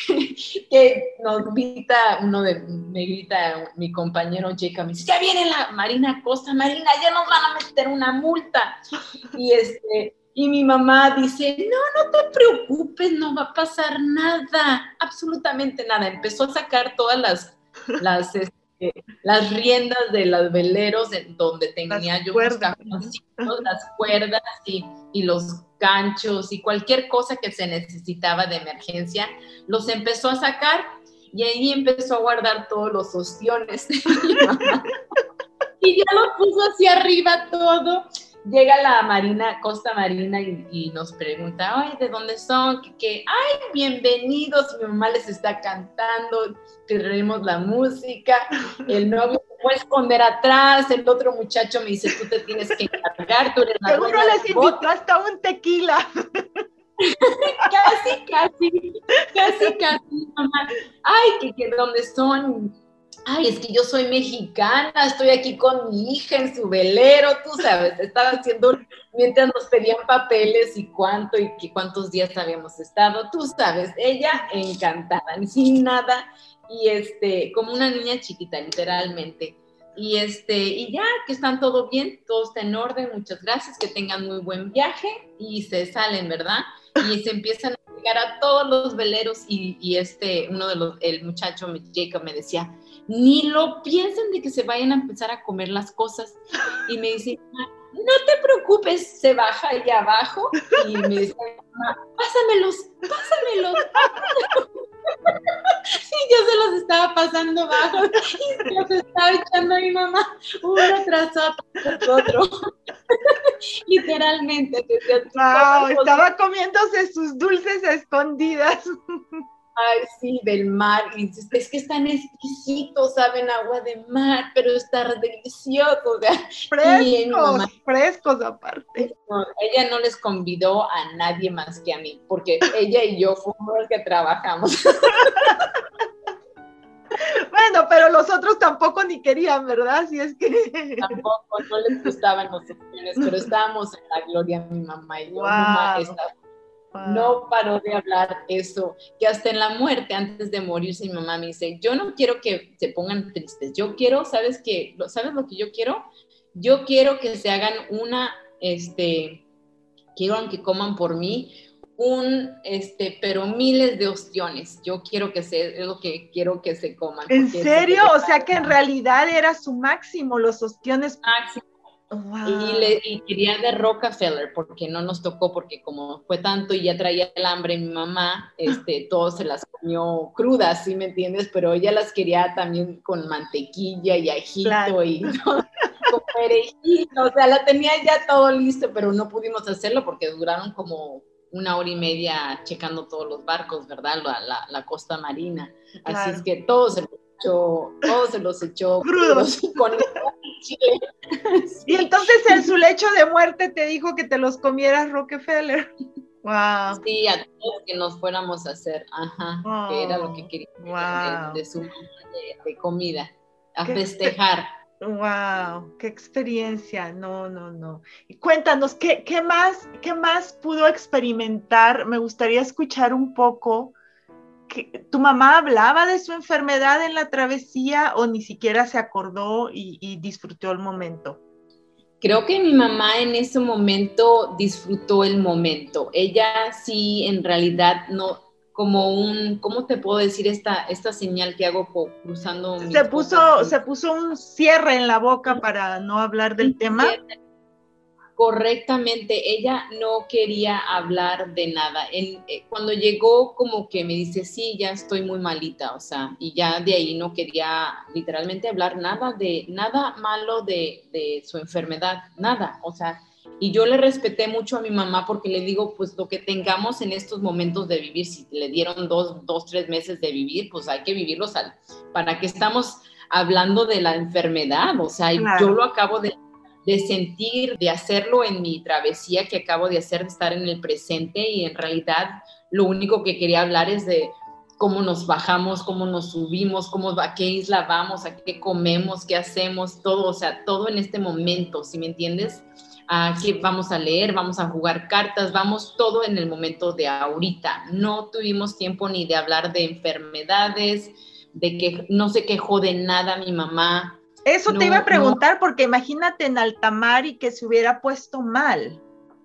que nos grita, uno de, me grita mi compañero Jacob, me dice, ya viene la Marina Costa, Marina, ya nos van a meter una multa, y este, y mi mamá dice, no, no te preocupes, no va a pasar nada, absolutamente nada, empezó a sacar todas las, las, este, las riendas de los veleros en donde tenía las yo cuerdas. Unos cajoncitos, las cuerdas y, y los ganchos y cualquier cosa que se necesitaba de emergencia, los empezó a sacar y ahí empezó a guardar todos los ostiones de mi mamá. Y ya lo puso hacia arriba todo. Llega la Marina, Costa Marina y, y nos pregunta, ay, ¿de dónde son? Que, que, ay, bienvenidos, mi mamá les está cantando, tenemos la música, el novio se fue a esconder atrás, el otro muchacho me dice, tú te tienes que encargar, tú eres la seguro dueña les invitó hasta un tequila. casi, casi, casi, casi, mamá, ay, que, que ¿dónde son? Ay, es que yo soy mexicana, estoy aquí con mi hija en su velero, tú sabes, estaba haciendo, mientras nos pedían papeles y cuánto, y que cuántos días habíamos estado, tú sabes, ella encantada, sin nada, y este, como una niña chiquita, literalmente, y este, y ya, que están todo bien, todo está en orden, muchas gracias, que tengan muy buen viaje, y se salen, ¿verdad? Y se empiezan a llegar a todos los veleros y, y este, uno de los, el muchacho, Jacob, me decía, ni lo piensen de que se vayan a empezar a comer las cosas. Y me dice, no te preocupes, se baja allá abajo y me dice, pásamelos, pásamelos. Sí, yo se los estaba pasando abajo y se los estaba echando a mi mamá uno tras otro, tras otro. Literalmente. Wow, estaba comiéndose sus dulces a escondidas. Ay, sí, del mar. Y es que están exquisitos, saben, agua de mar, pero está delicioso. O sea, frescos, y mi mamá, frescos aparte. No, ella no les convidó a nadie más que a mí, porque ella y yo fuimos los que trabajamos. Bueno, pero los otros tampoco ni querían, ¿verdad? Si es que... Tampoco, no les gustaban los opciones, pero estábamos en la gloria, mi mamá y yo. Wow. Mamá estaba... Wow. No paró de hablar eso, que hasta en la muerte, antes de morirse, mi mamá me dice, yo no quiero que se pongan tristes, yo quiero, ¿sabes qué? ¿Sabes lo que yo quiero? Yo quiero que se hagan una, este, quiero que coman por mí, un, este, pero miles de ostiones, yo quiero que se, es lo que quiero que se coman. ¿En serio? O sea que en realidad era su máximo, los ostiones. Máximo. Wow. Y, le, y quería de Rockefeller porque no nos tocó, porque como fue tanto y ya traía el hambre mi mamá, este, todo se las comió crudas, ¿sí me entiendes? Pero ella las quería también con mantequilla y ajito, claro. Y todo, con perejil, o sea, la tenía ya todo listo, pero no pudimos hacerlo porque duraron como una hora y media checando todos los barcos, ¿verdad? La, la, la costa marina. Claro. Así es que todo se los echó, todo se los echó crudos. Con chile. Sí. Y entonces en su lecho de muerte te dijo que te los comieras Rockefeller. Wow. Sí, a todos que nos fuéramos a hacer, ajá, oh, que era lo que quería wow. de, de su de, de comida, a ¿Qué festejar. Wow, qué experiencia, no, no, no. Y cuéntanos, ¿qué, qué más, qué más pudo experimentar? Me gustaría escuchar un poco. ¿Tu mamá hablaba de su enfermedad en la travesía o ni siquiera se acordó y, y disfrutó el momento? Creo que mi mamá en ese momento disfrutó el momento. Ella sí, en realidad, no, como un, ¿cómo te puedo decir esta, esta señal que hago cruzando? Se puso, se puso un cierre en la boca para no hablar del tema. Correctamente, ella no quería hablar de nada. En, eh, cuando llegó como que me dice, sí, ya estoy muy malita, o sea, y ya de ahí no quería literalmente hablar nada de, nada malo de, de su enfermedad, nada, o sea, y yo le respeté mucho a mi mamá porque le digo, pues lo que tengamos en estos momentos de vivir, si le dieron dos, dos tres meses de vivir, pues hay que vivirlos al, para que estamos hablando de la enfermedad, o sea, claro. Yo lo acabo de de sentir, de hacerlo en mi travesía que acabo de hacer, de estar en el presente, y en realidad lo único que quería hablar es de cómo nos bajamos, cómo nos subimos, cómo, a qué isla vamos, a qué comemos, qué hacemos, todo, o sea, todo en este momento, ¿sí me entiendes? A qué vamos a leer, vamos a jugar cartas, vamos todo en el momento de ahorita. No tuvimos tiempo ni de hablar de enfermedades, de que no se quejó de nada mi mamá. Eso no, te iba a preguntar, no, porque imagínate en alta mar y que se hubiera puesto mal.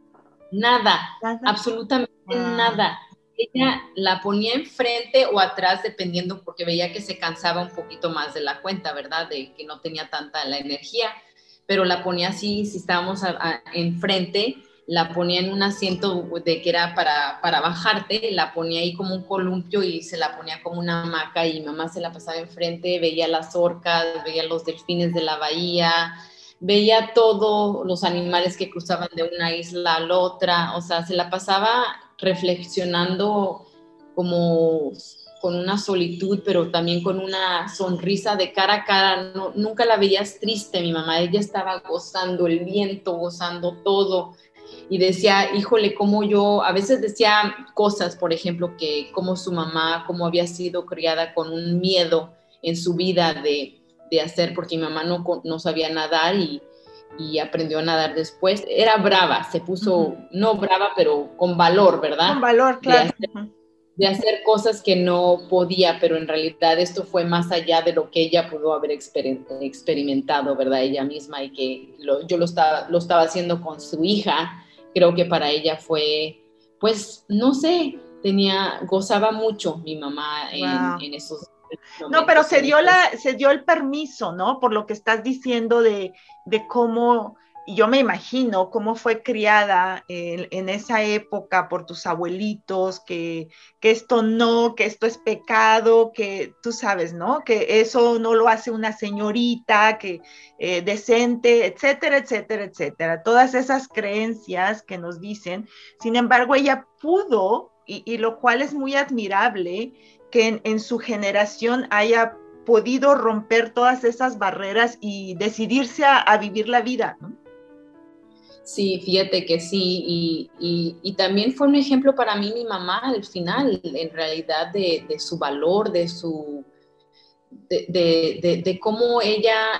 Nada, nada. absolutamente ah. nada. Ella la ponía enfrente o atrás, dependiendo, porque veía que se cansaba un poquito más de la cuenta, ¿verdad? De que no tenía tanta la energía, pero la ponía así, si estábamos a, a, enfrente, la ponía en un asiento de que era para, para bajarte, la ponía ahí como un columpio y se la ponía como una hamaca, y mamá se la pasaba enfrente, veía las orcas, veía los delfines de la bahía, veía todos los animales que cruzaban de una isla a la otra, o sea, se la pasaba reflexionando como con una solitud, pero también con una sonrisa de cara a cara. No, nunca la veías triste, mi mamá, ella estaba gozando el viento, gozando todo. Y decía, híjole, cómo yo, a veces decía cosas, por ejemplo, que como su mamá, cómo había sido criada con un miedo en su vida de, de hacer, porque mi mamá no, no sabía nadar y, y aprendió a nadar después. Era brava, se puso, uh-huh. no brava, pero con valor, ¿verdad? Con valor, claro. De hacer, de hacer cosas que no podía, pero en realidad esto fue más allá de lo que ella pudo haber exper- experimentado, ¿verdad? Ella misma, y que lo, yo lo estaba, lo estaba haciendo con su hija. Creo que para ella fue, pues, no sé, tenía, gozaba mucho mi mamá en, Wow. en esos momentos. No, pero se en dio esos- la, se dio el permiso, ¿no? Por lo que estás diciendo de, de cómo, y yo me imagino cómo fue criada en, en esa época por tus abuelitos, que, que esto no, que esto es pecado, que tú sabes, ¿no? Que eso no lo hace una señorita, que eh, decente, etcétera, etcétera, etcétera. Todas esas creencias que nos dicen. Sin embargo, ella pudo, y, y lo cual es muy admirable, que en, en su generación haya podido romper todas esas barreras y decidirse a, a vivir la vida, ¿no? Sí, fíjate que sí, y, y, y también fue un ejemplo para mí mi mamá al final, en realidad, de, de su valor, de su, de, de, de, de cómo ella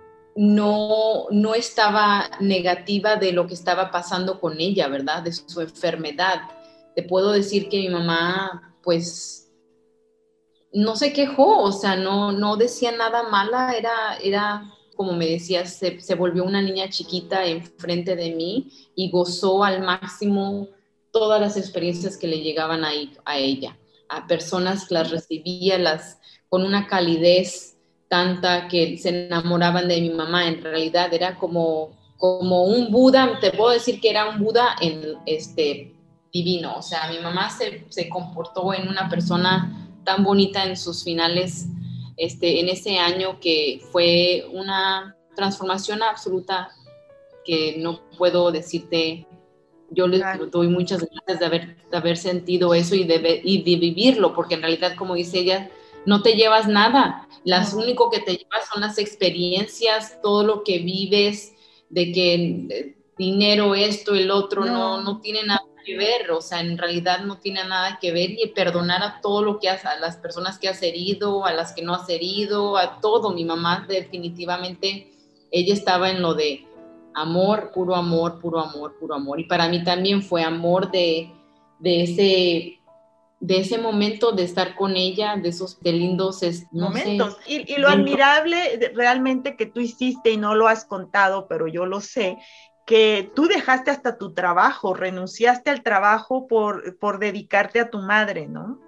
no, no estaba negativa de lo que estaba pasando con ella, ¿verdad? De su enfermedad. Te puedo decir que mi mamá, pues, no se quejó, o sea, no, no decía nada mala, era, era como me decías, se, se volvió una niña chiquita enfrente de mí y gozó al máximo todas las experiencias que le llegaban a, a ella. A personas que las recibía las, con una calidez tanta que se enamoraban de mi mamá. En realidad era como, como un Buda, te puedo decir que era un Buda en, este, divino. O sea, mi mamá se, se comportó en una persona tan bonita en sus finales, este, en ese año, que fue una transformación absoluta que no puedo decirte. Yo les Claro. doy muchas gracias de haber, de haber sentido eso y de, y de vivirlo, porque en realidad, como dice ella, no te llevas nada. Las No. único que te llevas son las experiencias, todo lo que vives, de que eh, dinero, esto, el otro, no, No. no tiene nada que ver. O sea, en realidad no tiene nada que ver, y perdonar a todo lo que has, a las personas que has herido, a las que no has herido, a todo. Mi mamá definitivamente, ella estaba en lo de amor, puro amor, puro amor, puro amor. Y para mí también fue amor de, de ese de ese momento de estar con ella, de esos de lindos, no momentos. sé. Y, y lo admirable realmente que tú hiciste, y no lo has contado, pero yo lo sé, que tú dejaste hasta tu trabajo, renunciaste al trabajo por, por dedicarte a tu madre, ¿no?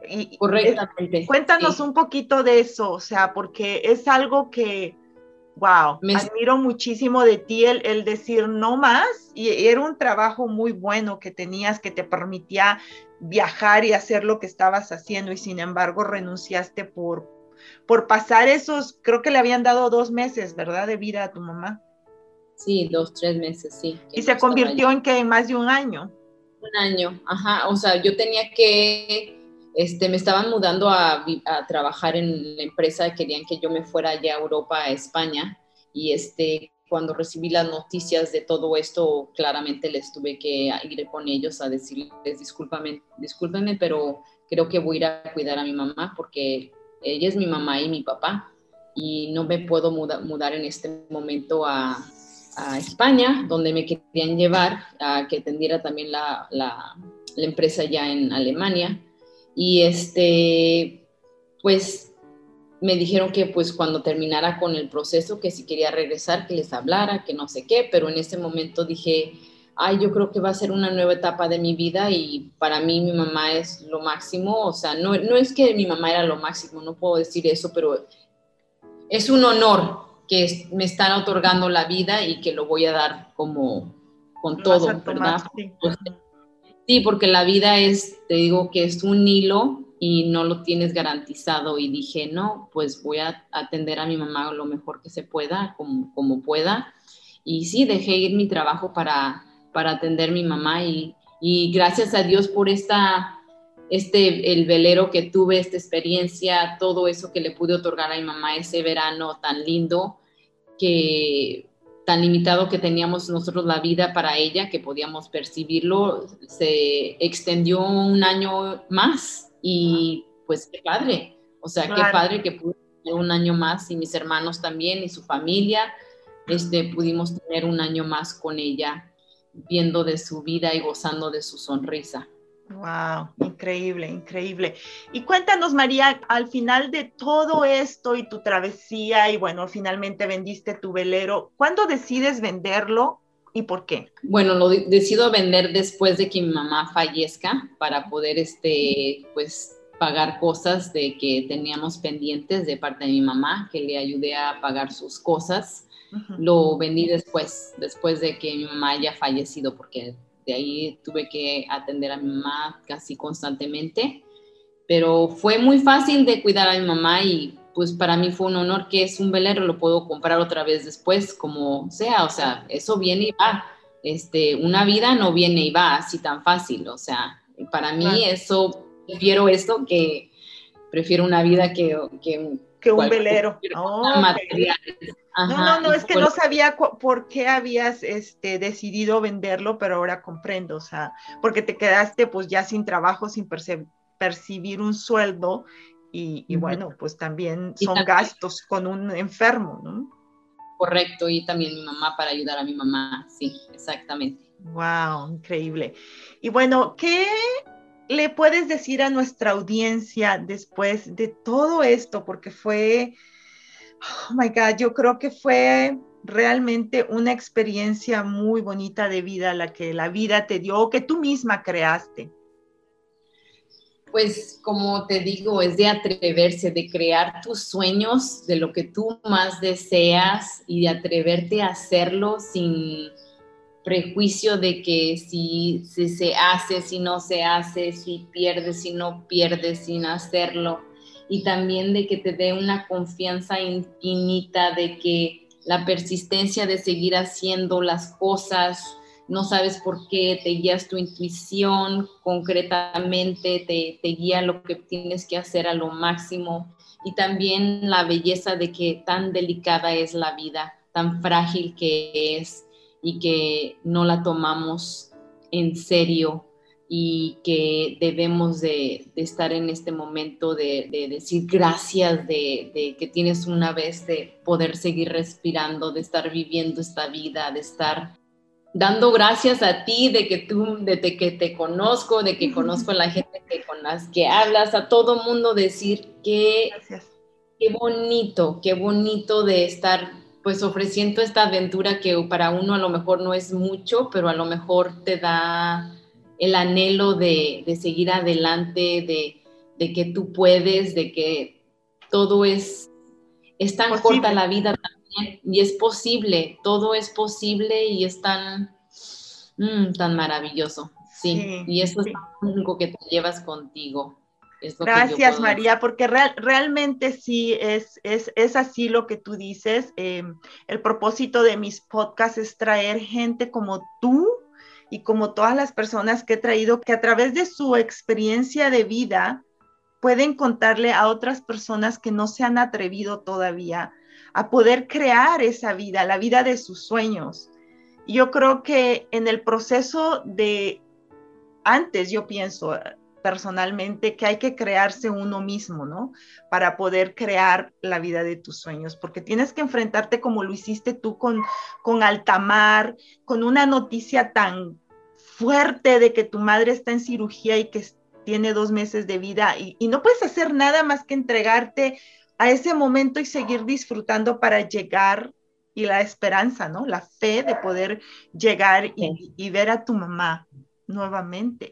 Y Correctamente. cuéntanos Sí. un poquito de eso, o sea, porque es algo que, wow, Me... admiro muchísimo de ti el, el decir no más, y era un trabajo muy bueno que tenías, que te permitía viajar y hacer lo que estabas haciendo, y sin embargo renunciaste por, por pasar esos, creo que le habían dado dos meses, ¿verdad?, de vida a tu mamá. Sí, dos, tres meses, sí. Y se convirtió en que en más de un año. Un año, ajá. O sea, yo tenía que, este, me estaban mudando a, a trabajar en la empresa, querían que yo me fuera allá a Europa, a España, y este, cuando recibí las noticias de todo esto, claramente les tuve que ir con ellos a decirles, discúlpame, discúlpenme, pero creo que voy a ir a cuidar a mi mamá, porque ella es mi mamá y mi papá, y no me puedo muda, mudar en este momento a, a España, donde me querían llevar a que atendiera también la, la, la empresa ya en Alemania. Y este, pues me dijeron que pues cuando terminara con el proceso, que si quería regresar, que les hablara, que no sé qué, pero en ese momento dije, ay, yo creo que va a ser una nueva etapa de mi vida, y para mí mi mamá es lo máximo. O sea, no, no es que mi mamá era lo máximo, no puedo decir eso, pero es un honor que me están otorgando la vida y que lo voy a dar como con Lo todo, vas a tomar, ¿verdad? sí. Pues, sí, porque la vida es, te digo que es un hilo y no lo tienes garantizado, y dije, no, pues voy a atender a mi mamá lo mejor que se pueda, como, como pueda. Y sí, dejé ir mi trabajo para, para atender a mi mamá, y, y gracias a Dios por esta, este, el velero que tuve, esta experiencia, todo eso que le pude otorgar a mi mamá ese verano tan lindo, que tan limitado que teníamos nosotros la vida para ella, que podíamos percibirlo, se extendió un año más, y pues qué padre, o sea, Claro. qué padre que pude tener un año más, y mis hermanos también, y su familia, este, pudimos tener un año más con ella, viendo de su vida y gozando de su sonrisa. Wow, increíble, increíble. Y cuéntanos, María, al final de todo esto y tu travesía, y bueno, finalmente vendiste tu velero, ¿cuándo decides venderlo? ¿Y por qué? Bueno, lo de- decido vender después de que mi mamá fallezca para poder, este, pues, pagar cosas de que teníamos pendientes de parte de mi mamá, que le ayudé a pagar sus cosas. Uh-huh. Lo vendí después, después de que mi mamá haya fallecido, porque de ahí tuve que atender a mi mamá casi constantemente. Pero fue muy fácil de cuidar a mi mamá y pues para mí fue un honor que es un velero, lo puedo comprar otra vez después, como sea, o sea, eso viene y va. Este, una vida no viene y va así tan fácil, o sea, para mí Claro. eso, prefiero esto que, prefiero una vida que... que Que un velero. Oh, okay. Materiales. Ajá, no, no, no, es que fue... no sabía cu- por qué habías este, decidido venderlo, pero ahora comprendo, o sea, porque te quedaste pues ya sin trabajo, sin perce- percibir un sueldo y, y uh-huh. Bueno, pues también son también, gastos con un enfermo, ¿no? Correcto, y también mi mamá para ayudar a mi mamá, sí, exactamente. Wow, increíble. Y bueno, ¿qué le puedes decir a nuestra audiencia después de todo esto? Porque fue, oh my God, yo creo que fue realmente una experiencia muy bonita de vida la que la vida te dio o que tú misma creaste. Pues como te digo, es de atreverse, de crear tus sueños, de lo que tú más deseas y de atreverte a hacerlo sin prejuicio de que si, si se hace, si no se hace, si pierdes, si no pierdes, sin hacerlo. Y también de que te dé una confianza infinita de que la persistencia de seguir haciendo las cosas, no sabes por qué, te guías tu intuición concretamente, te, te guía lo que tienes que hacer a lo máximo. Y también la belleza de que tan delicada es la vida, tan frágil que es, y que no la tomamos en serio y que debemos de, de estar en este momento de, de decir gracias de, de que tienes una vez de poder seguir respirando, de estar viviendo esta vida, de estar dando gracias a ti de que tú, de que te conozco, de que conozco a la gente que, con las que hablas, a todo mundo decir que qué bonito, qué bonito de estar pues ofreciendo esta aventura que para uno a lo mejor no es mucho, pero a lo mejor te da el anhelo de, de seguir adelante, de, de que tú puedes, de que todo es, es tan posible. Corta la vida también, y es posible, todo es posible y es tan, mmm, tan maravilloso, sí, sí y eso sí. Es lo único que te llevas contigo. Es lo Gracias, que María, decir. Porque real, realmente sí es, es, es así lo que tú dices. Eh, el propósito de mis podcasts es traer gente como tú y como todas las personas que he traído, que a través de su experiencia de vida pueden contarle a otras personas que no se han atrevido todavía a poder crear esa vida, la vida de sus sueños. Y yo creo que en el proceso de antes, yo pienso personalmente que hay que crearse uno mismo, ¿no? Para poder crear la vida de tus sueños, porque tienes que enfrentarte como lo hiciste tú con, con Altamar, con una noticia tan fuerte de que tu madre está en cirugía y que tiene dos meses de vida y, y no puedes hacer nada más que entregarte a ese momento y seguir disfrutando para llegar, y la esperanza, ¿no? La fe de poder llegar y, sí. y ver a tu mamá nuevamente.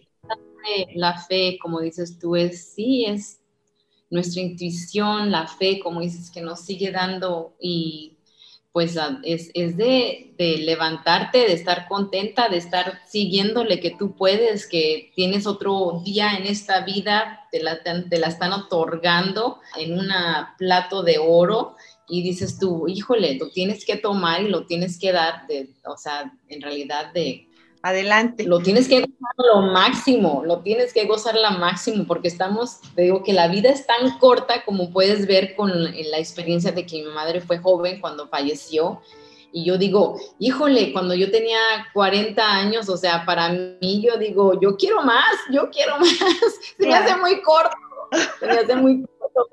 La fe, como dices tú, es sí, es nuestra intuición, la fe, como dices, que nos sigue dando y pues es, es de, de levantarte, de estar contenta, de estar siguiéndole que tú puedes, que tienes otro día en esta vida, te la, te la están otorgando en un plato de oro y dices tú, híjole, lo tienes que tomar y lo tienes que dar, de, o sea, en realidad de... Adelante. Lo tienes que gozar lo máximo, lo tienes que gozar la máximo, porque estamos, te digo que la vida es tan corta como puedes ver con la experiencia de que mi madre fue joven cuando falleció. Y yo digo, híjole, cuando yo tenía cuarenta años, o sea, para mí yo digo, yo quiero más, yo quiero más. Se claro. me hace muy corto, se me hace muy corto.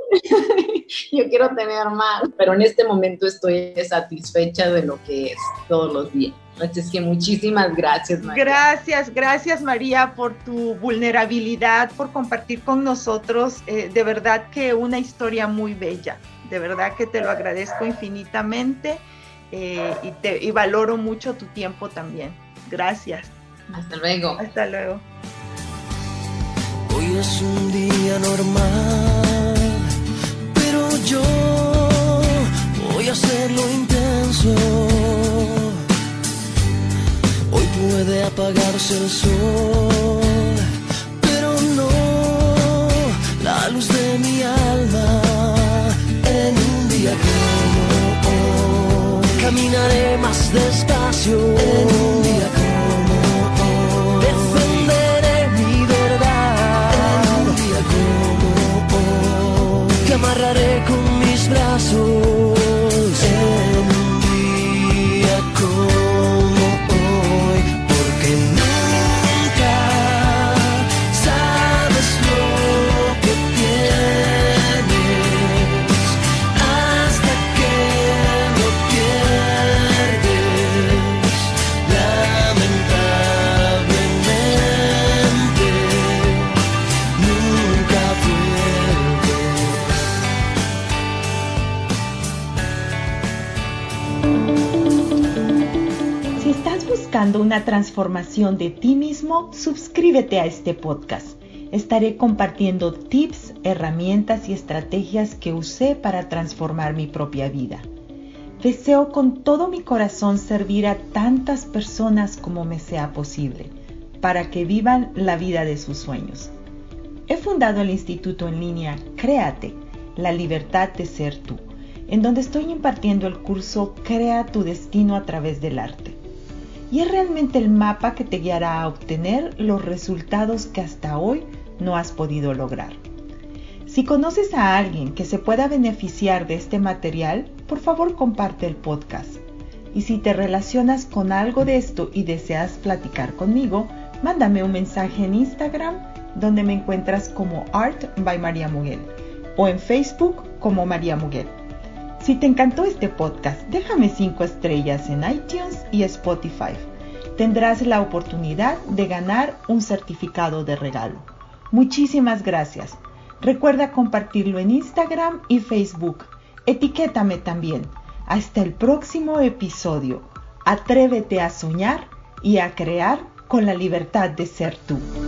Yo quiero tener más, pero en este momento estoy satisfecha de lo que es todos los días. Así es que muchísimas gracias, María. Gracias, gracias, María, por tu vulnerabilidad, por compartir con nosotros. Eh, de verdad que una historia muy bella. De verdad que te lo agradezco infinitamente. eh, y, te, y valoro mucho tu tiempo también. Gracias. Hasta luego. Hasta luego. Hoy es un día normal, pero yo voy a hacerlo intenso. Hoy puede apagarse el sol, pero no la luz de mi alma. En un día como hoy, caminaré más despacio. En un día como hoy, defenderé mi verdad. En un día como hoy, te amarraré con mis brazos. En un día como hoy, porque nunca sabes lo que tienes hasta que lo pierdes. Lamentablemente nunca vuelve. Si estás buscando una transformación de ti mismo, suscríbete a este podcast. Estaré compartiendo tips, herramientas y estrategias que usé para transformar mi propia vida. Deseo con todo mi corazón servir a tantas personas como me sea posible, para que vivan la vida de sus sueños. He fundado el instituto en línea Créate, la libertad de ser tú, en donde estoy impartiendo el curso Crea tu destino a través del arte. Y es realmente el mapa que te guiará a obtener los resultados que hasta hoy no has podido lograr. Si conoces a alguien que se pueda beneficiar de este material, por favor comparte el podcast. Y si te relacionas con algo de esto y deseas platicar conmigo, mándame un mensaje en Instagram, donde me encuentras como Art by María Muguel, o en Facebook como María Muguel. Si te encantó este podcast, déjame cinco estrellas en iTunes y Spotify. Tendrás la oportunidad de ganar un certificado de regalo. Muchísimas gracias. Recuerda compartirlo en Instagram y Facebook. Etiquétame también. Hasta el próximo episodio. Atrévete a soñar y a crear con la libertad de ser tú.